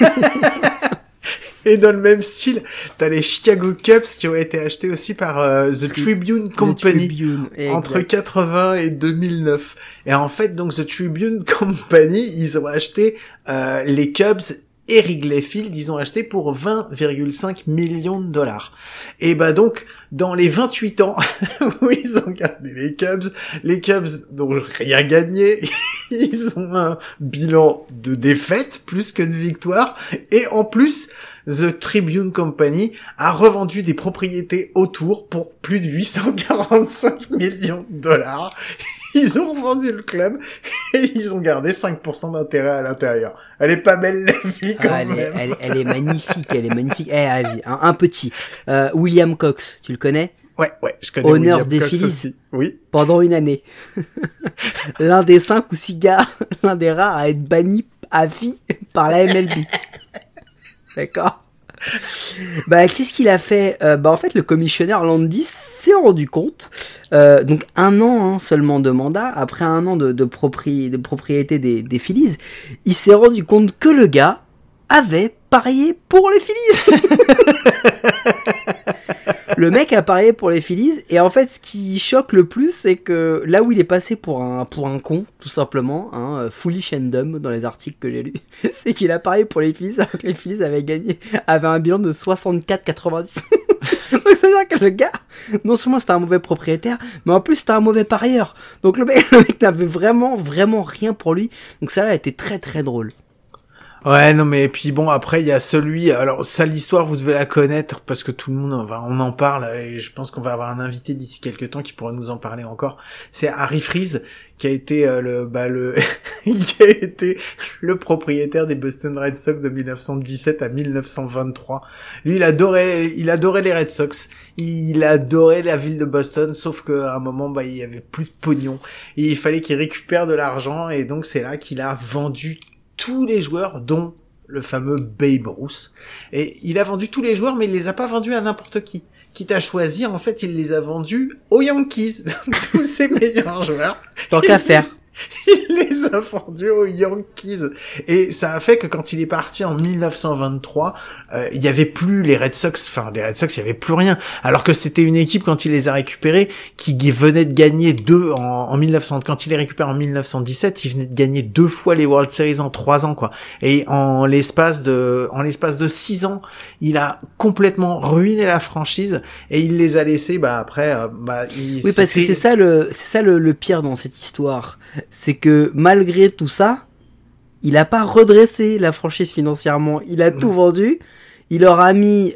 Et dans le même style, t'as les Chicago Cubs qui ont été achetés aussi par The Tribune Company entre 80 et 2009. Et en fait, donc The Tribune Company, ils ont acheté les Cubs et Wrigley Field, ils ont acheté pour 20,5 millions de dollars. Et bah donc, dans les 28 ans où ils ont gardé les Cubs n'ont rien gagné, ils ont un bilan de défaite plus que de victoire, et en plus, The Tribune Company a revendu des propriétés autour pour plus de 845 millions de dollars. Ils ont revendu le club et ils ont gardé 5% d'intérêt à l'intérieur. Elle est pas belle la vie quand même. Elle est magnifique, allez, un petit. William Cox, tu le connais? Ouais, je connais Honneur William des Cox Phillies aussi. Oui. Pendant une année. L'un des 5 ou 6 gars, l'un des rares à être banni à vie par la MLB. D'accord. Qu'est-ce qu'il a fait? En fait, le commissionnaire Landis s'est rendu compte, donc 1 an seulement de mandat, après 1 an de propriété des Phillies, il s'est rendu compte que le gars avait parié pour les Phillies. Le mec a parié pour les Phillies et en fait ce qui choque le plus c'est que là où il est passé pour un con tout simplement, hein, foolish and dumb dans les articles que j'ai lus, c'est qu'il a parié pour les Phillies alors que les Phillies avaient un bilan de 64-90. C'est-à-dire que le gars, non seulement c'était un mauvais propriétaire, mais en plus c'était un mauvais parieur. Donc le mec n'avait vraiment rien pour lui. Donc ça là a été très très drôle. Ouais, non, mais puis bon, après, il y a celui, alors, ça, l'histoire, vous devez la connaître, parce que tout le monde, on en parle, et je pense qu'on va avoir un invité d'ici quelques temps qui pourra nous en parler encore. C'est Harry Freese, qui a été, qui a été le propriétaire des Boston Red Sox de 1917 à 1923. Lui, il adorait les Red Sox. Il adorait la ville de Boston, sauf qu'à un moment, il y avait plus de pognon. Et il fallait qu'il récupère de l'argent, et donc c'est là qu'il a vendu tous les joueurs, dont le fameux Babe Ruth. Et il a vendu tous les joueurs, mais il les a pas vendus à n'importe qui. Quitte à choisir, en fait, il les a vendus aux Yankees. Tous ses meilleurs joueurs. Tant qu'à faire. Il les a vendus aux Yankees. Et ça a fait que quand il est parti en 1923, il y avait plus les Red Sox. Enfin, les Red Sox, il y avait plus rien. Alors que c'était une équipe, quand il les a récupérés, qui venait de gagner en 1900. Quand il les récupère en 1917, il venait de gagner 2 fois les World Series en 3 ans, quoi. Et en l'espace de 6 ans, il a complètement ruiné la franchise et il les a laissés, après, oui, parce que c'est ça le pire dans cette histoire. C'est que malgré tout ça, il a pas redressé la franchise financièrement. Il a tout vendu. Il leur a mis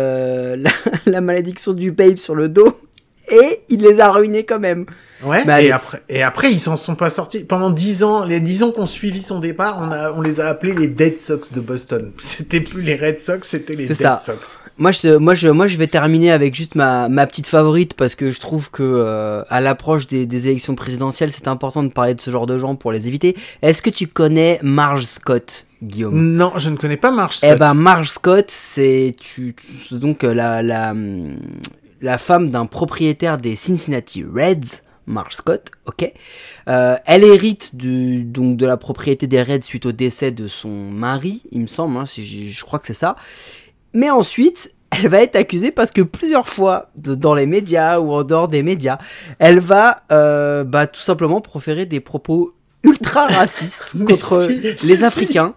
la malédiction du Babe sur le dos et il les a ruinés quand même. Ouais. Et après ils s'en sont pas sortis. Pendant 10 ans, les 10 ans qu'on suivi son départ, on les a appelés les Dead Sox de Boston. C'était plus les Red Sox, c'était les Dead Sox. Moi je vais terminer avec juste ma petite favorite parce que je trouve que à l'approche des élections présidentielles, c'est important de parler de ce genre de gens pour les éviter. Est-ce que tu connais Marge Scott, Guillaume? Non, je ne connais pas Marge Scott. Marge Scott, c'est donc la femme d'un propriétaire des Cincinnati Reds. Marge Scott, ok. Elle hérite de la propriété des Reds suite au décès de son mari, il me semble, hein, je crois que c'est ça. Mais ensuite, elle va être accusée parce que plusieurs fois, dans les médias ou en dehors des médias, elle va tout simplement proférer des propos ultra racistes contre les Africains.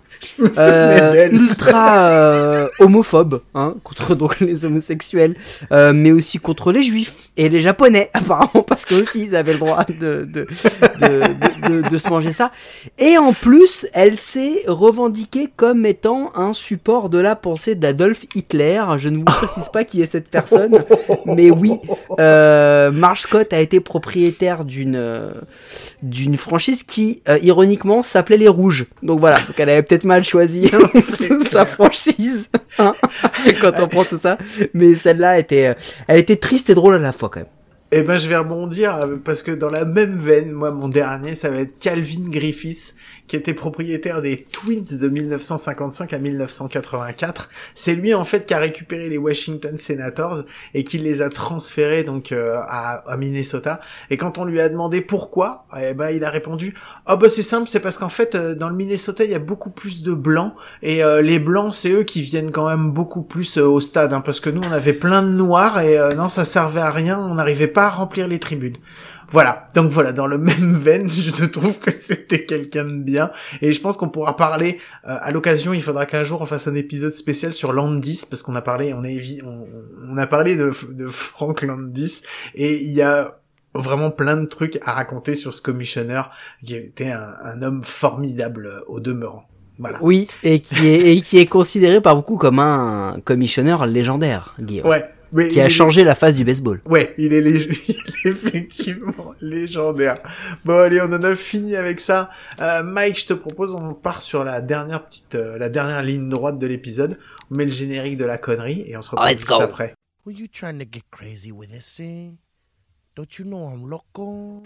Ultra homophobe, hein, contre donc les homosexuels, mais aussi contre les juifs et les japonais apparemment parce que aussi ils avaient le droit de se manger ça. Et en plus, elle s'est revendiquée comme étant un support de la pensée d'Adolf Hitler. Je ne vous précise pas qui est cette personne, mais oui, Marge Scott a été propriétaire d'une franchise qui ironiquement s'appelait les Rouges. Donc voilà, donc elle avait peut-être mal choisi sa franchise, hein, quand on prend tout ça, mais celle-là elle était triste et drôle à la fois quand même. Eh ben, je vais rebondir parce que dans la même veine, moi, mon dernier, ça va être Calvin Griffiths, qui était propriétaire des Twins de 1955 à 1984. C'est lui, en fait, qui a récupéré les Washington Senators et qui les a transférés, donc, à Minnesota. Et quand on lui a demandé pourquoi, il a répondu, c'est simple, c'est parce qu'en fait, dans le Minnesota, il y a beaucoup plus de blancs et les blancs, c'est eux qui viennent quand même beaucoup plus au stade, hein, parce que nous, on avait plein de noirs et non, ça servait à rien, on n'arrivait pas à remplir les tribunes. Voilà, donc voilà, dans le même veine, je te trouve que c'était quelqu'un de bien, et je pense qu'on pourra parler, à l'occasion, il faudra qu'un jour on fasse un épisode spécial sur Landis, parce qu'on a parlé, on a parlé de Frank Landis, et il y a vraiment plein de trucs à raconter sur ce commissionnaire, qui était un homme formidable au demeurant. Voilà. Oui, et qui est considéré par beaucoup comme un commissionneur légendaire, Guillaume. Ouais. Mais qui a changé la face du baseball. Ouais, il est effectivement légendaire. Bon, allez, on en a fini avec ça. Mike, je te propose, on part sur la dernière ligne droite de l'épisode. On met le générique de la connerie et on se retrouve juste après. Were you trying to get crazy with this, eh? Don't you know I'm loco?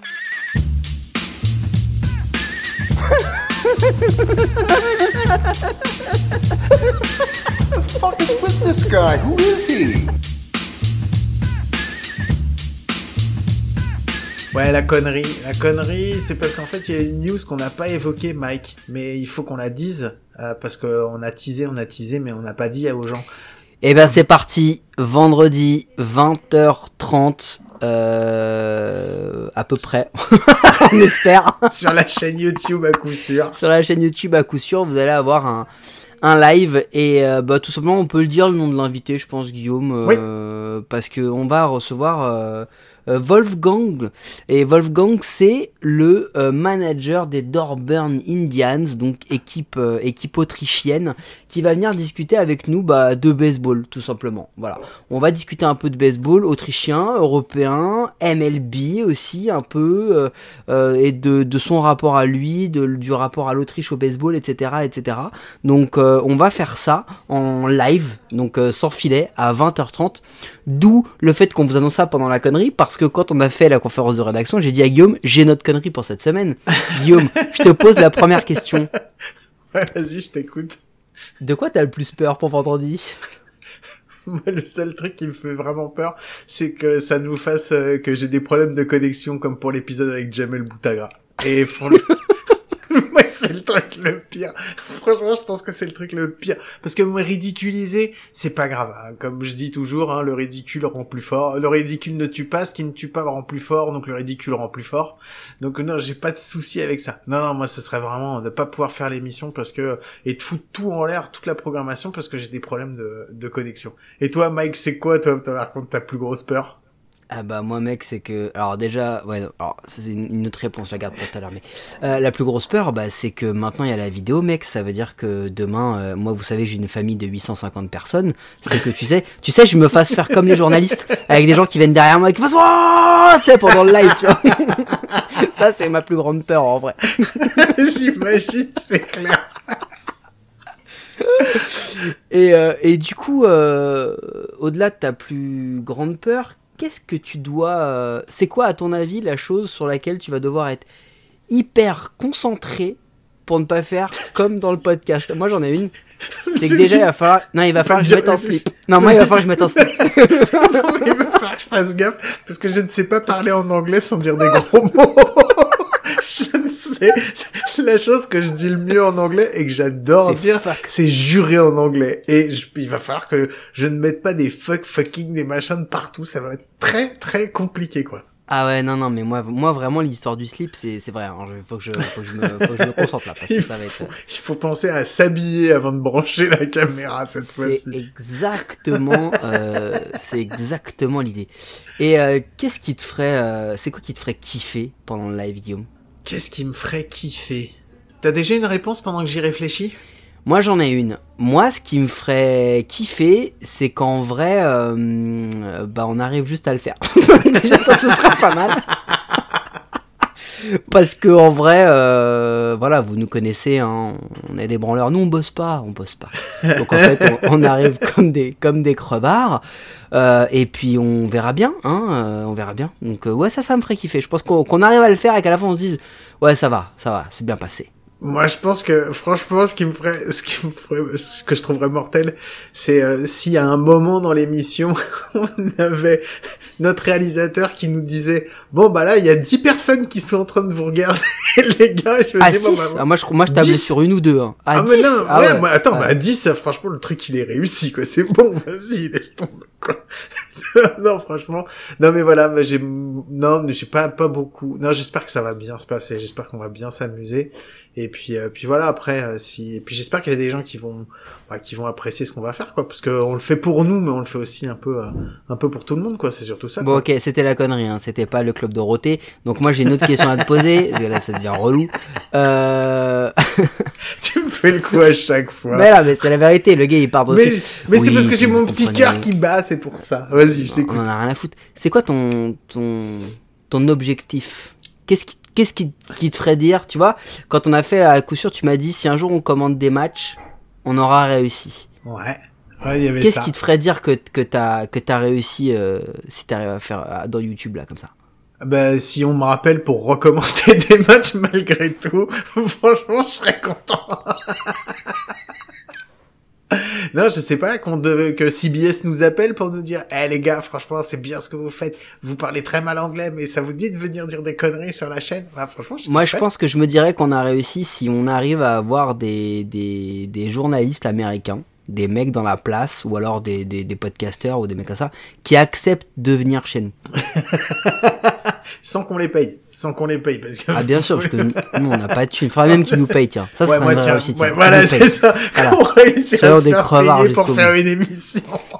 What the fuck is with this guy? Who is he? Ouais, la connerie, c'est parce qu'en fait, il y a une news qu'on n'a pas évoquée, Mike, mais il faut qu'on la dise, parce qu'on a teasé, mais on n'a pas dit aux gens. Et ben c'est parti, vendredi 20h30 à peu près, on espère. Sur la chaîne YouTube à coup sûr. Sur la chaîne YouTube à coup sûr, vous allez avoir un live et tout simplement on peut le dire le nom de l'invité, je pense Guillaume, Oui. parce que on va recevoir Wolfgang, et Wolfgang c'est le manager des Dorburn Indians, donc équipe autrichienne, qui va venir discuter avec nous de baseball tout simplement. Voilà, on va discuter un peu de baseball autrichien, européen, MLB aussi un peu, et de son rapport à lui, du rapport à l'Autriche au baseball, etc. Donc on va faire ça en live, donc sans filet à 20h30, d'où le fait qu'on vous annonce ça pendant la connerie, parce que quand on a fait la conférence de rédaction, j'ai dit à Guillaume, j'ai notre connerie pour cette semaine. Guillaume, je te pose la première question. Ouais, vas-y, je t'écoute. De quoi t'as le plus peur pour vendredi ? Moi, le seul truc qui me fait vraiment peur, c'est que ça nous fasse que j'ai des problèmes de connexion comme pour l'épisode avec Jamel Boutagra. Et franchement, moi, c'est le truc le pire. Franchement, je pense que c'est le truc le pire. Parce que me ridiculiser, c'est pas grave. Hein. Comme je dis toujours, hein, le ridicule rend plus fort. Le ridicule ne tue pas, ce qui ne tue pas rend plus fort, donc le ridicule rend plus fort. Donc non, j'ai pas de souci avec ça. Non, moi, ce serait vraiment de pas pouvoir faire l'émission parce que et de foutre tout en l'air, toute la programmation, parce que j'ai des problèmes de connexion. Et toi, Mike, c'est quoi, toi, par contre, ta plus grosse peur? Ah bah moi mec c'est que alors déjà ouais alors c'est une autre réponse, je la garde pour tout à l'heure, mais la plus grosse peur c'est que maintenant il y a la vidéo mec, ça veut dire que demain moi vous savez j'ai une famille de 850 personnes, c'est que tu sais je me fasse faire comme les journalistes avec des gens qui viennent derrière moi et qui fassent oh tu sais pendant le live tu vois. Ça c'est ma plus grande peur en vrai. J'imagine, c'est clair. Et du coup au-delà de ta plus grande peur, qu'est-ce que tu dois... c'est quoi, à ton avis, la chose sur laquelle tu vas devoir être hyper concentré pour ne pas faire comme dans le podcast? Moi, j'en ai une. C'est que déjà, il va falloir... Non, il va falloir que je mette un slip. Non, moi, il va falloir que je mette un slip. Il va falloir que je fasse gaffe, parce que je ne sais pas parler en anglais sans dire des gros mots. Je ne sais... La chose que je dis le mieux en anglais et que j'adore dire, c'est jurer en anglais. Et il va falloir que je ne mette pas des fucking, des machins de partout. Ça va être très, très compliqué, quoi. Ah ouais, non, mais moi vraiment, l'histoire du slip, c'est vrai. Hein. Faut que je me concentre là, parce que ça va être... Il faut penser à s'habiller avant de brancher la caméra cette fois-ci. C'est exactement l'idée. Et qu'est-ce qui te ferait... c'est quoi qui te ferait kiffer pendant le live, Guillaume? Qu'est-ce qui me ferait kiffer? T'as déjà une réponse pendant que j'y réfléchis? Moi, j'en ai une. Moi, ce qui me ferait kiffer, c'est qu'en vrai, on arrive juste à le faire. Déjà, ça, ce sera pas mal. Parce que en vrai, voilà, vous nous connaissez, hein, on est des branleurs. Nous, on bosse pas. Donc en fait, on arrive comme des crevards. Et puis on verra bien, hein, on verra bien. Donc ouais, ça me ferait kiffer. Je pense qu'on arrive à le faire et qu'à la fin on se dise, ouais, ça va, c'est bien passé. Moi, je pense que, franchement, ce que je trouverais mortel, c'est si à un moment dans l'émission, on avait notre réalisateur qui nous disait, bon, là, il y a 10 personnes qui sont en train de vous regarder, les gars. Je me dis, 6 moi, je tablais 10. Sur 1 ou 2. Hein. À 10 mais non, ouais, moi, attends, à 10, franchement, le truc, il est réussi, quoi. C'est bon, vas-y, laisse tomber, quoi. Non, franchement. Non, mais voilà, j'ai pas beaucoup. Non, j'espère que ça va bien se passer. J'espère qu'on va bien s'amuser. Et puis voilà, après, et puis j'espère qu'il y a des gens qui vont apprécier ce qu'on va faire, quoi, parce que on le fait pour nous, mais on le fait aussi un peu pour tout le monde, quoi, c'est surtout ça. Bon, quoi. Ok, c'était la connerie, hein, c'était pas le club Dorothée, donc moi j'ai une autre question à te poser, parce que là ça devient relou. Tu me fais le coup à chaque fois. Mais là, mais c'est la vérité, le gars il part dessus. Mais oui, c'est parce que j'ai mon petit cœur qui bat, c'est pour ça. Vas-y, je t'écoute. On en a rien à foutre. C'est quoi ton objectif? Qu'est-ce qui te ferait dire, tu vois, quand on a fait à coup sûr, tu m'as dit si un jour on commande des matchs, on aura réussi. Ouais, il y avait Qu'est-ce qui te ferait dire que t'as réussi si t'arrives à faire dans YouTube là comme ça? Si on me rappelle pour recommander des matchs malgré tout, franchement, je serais content. Non, je sais pas, que CBS nous appelle pour nous dire, les gars, franchement, c'est bien ce que vous faites. Vous parlez très mal anglais, mais ça vous dit de venir dire des conneries sur la chaîne? Franchement, je pense que je me dirais qu'on a réussi si on arrive à avoir des journalistes américains des mecs dans la place ou alors des podcasteurs ou des mecs comme ça qui acceptent de venir chez nous. Sans qu'on les paye, parce que... Ah bien sûr, parce que nous on n'a pas de thunes. Il faudrait même qu'ils nous payent, tiens. Ça, ouais, c'est un vrai aussi, tiens. Ouais, voilà, c'est ça. Voilà. Qu'on réussit à se faire payer pour bout. faire une émission.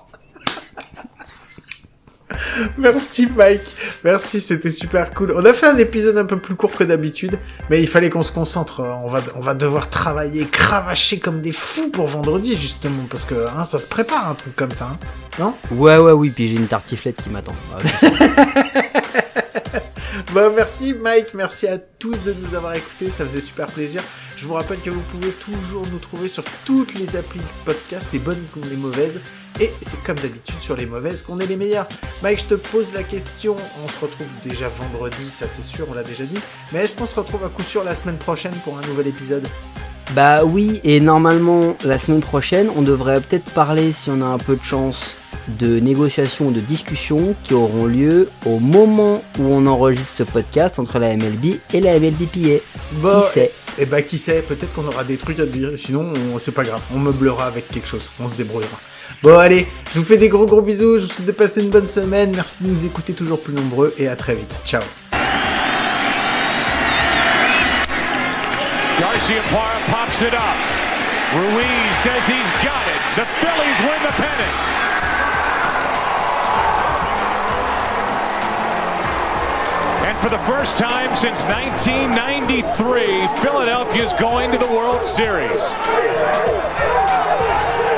Merci Mike, merci, c'était super cool. On a fait un épisode un peu plus court que d'habitude, mais il fallait qu'on se concentre. On va devoir travailler, cravacher comme des fous pour vendredi justement, parce que ça se prépare un truc comme ça, non ? Oui, puis j'ai une tartiflette qui m'attend. Bon, merci Mike, merci à tous de nous avoir écoutés, ça faisait super plaisir. Je vous rappelle que vous pouvez toujours nous trouver sur toutes les applis de podcast, les bonnes comme les mauvaises, et c'est comme d'habitude sur les mauvaises qu'on est les meilleurs. Mike, je te pose la question, on se retrouve déjà vendredi, ça c'est sûr, on l'a déjà dit, mais est-ce qu'on se retrouve à coup sûr la semaine prochaine pour un nouvel épisode ? Bah oui, et normalement la semaine prochaine, on devrait peut-être parler, si on a un peu de chance, de négociations ou de discussions qui auront lieu au moment où on enregistre ce podcast entre la MLB et la MLBPA. Bon, qui sait ? Eh ben qui sait, peut-être qu'on aura des trucs à te dire, sinon c'est pas grave, on meublera avec quelque chose, on se débrouillera. Bon allez, je vous fais des gros bisous, je vous souhaite de passer une bonne semaine, merci de nous écouter toujours plus nombreux et à très vite, ciao. Garcia pops it up. Ruiz says he's got it. The Phillies win the pennant. And for the first time since 1993, Philadelphia's going to the World Series.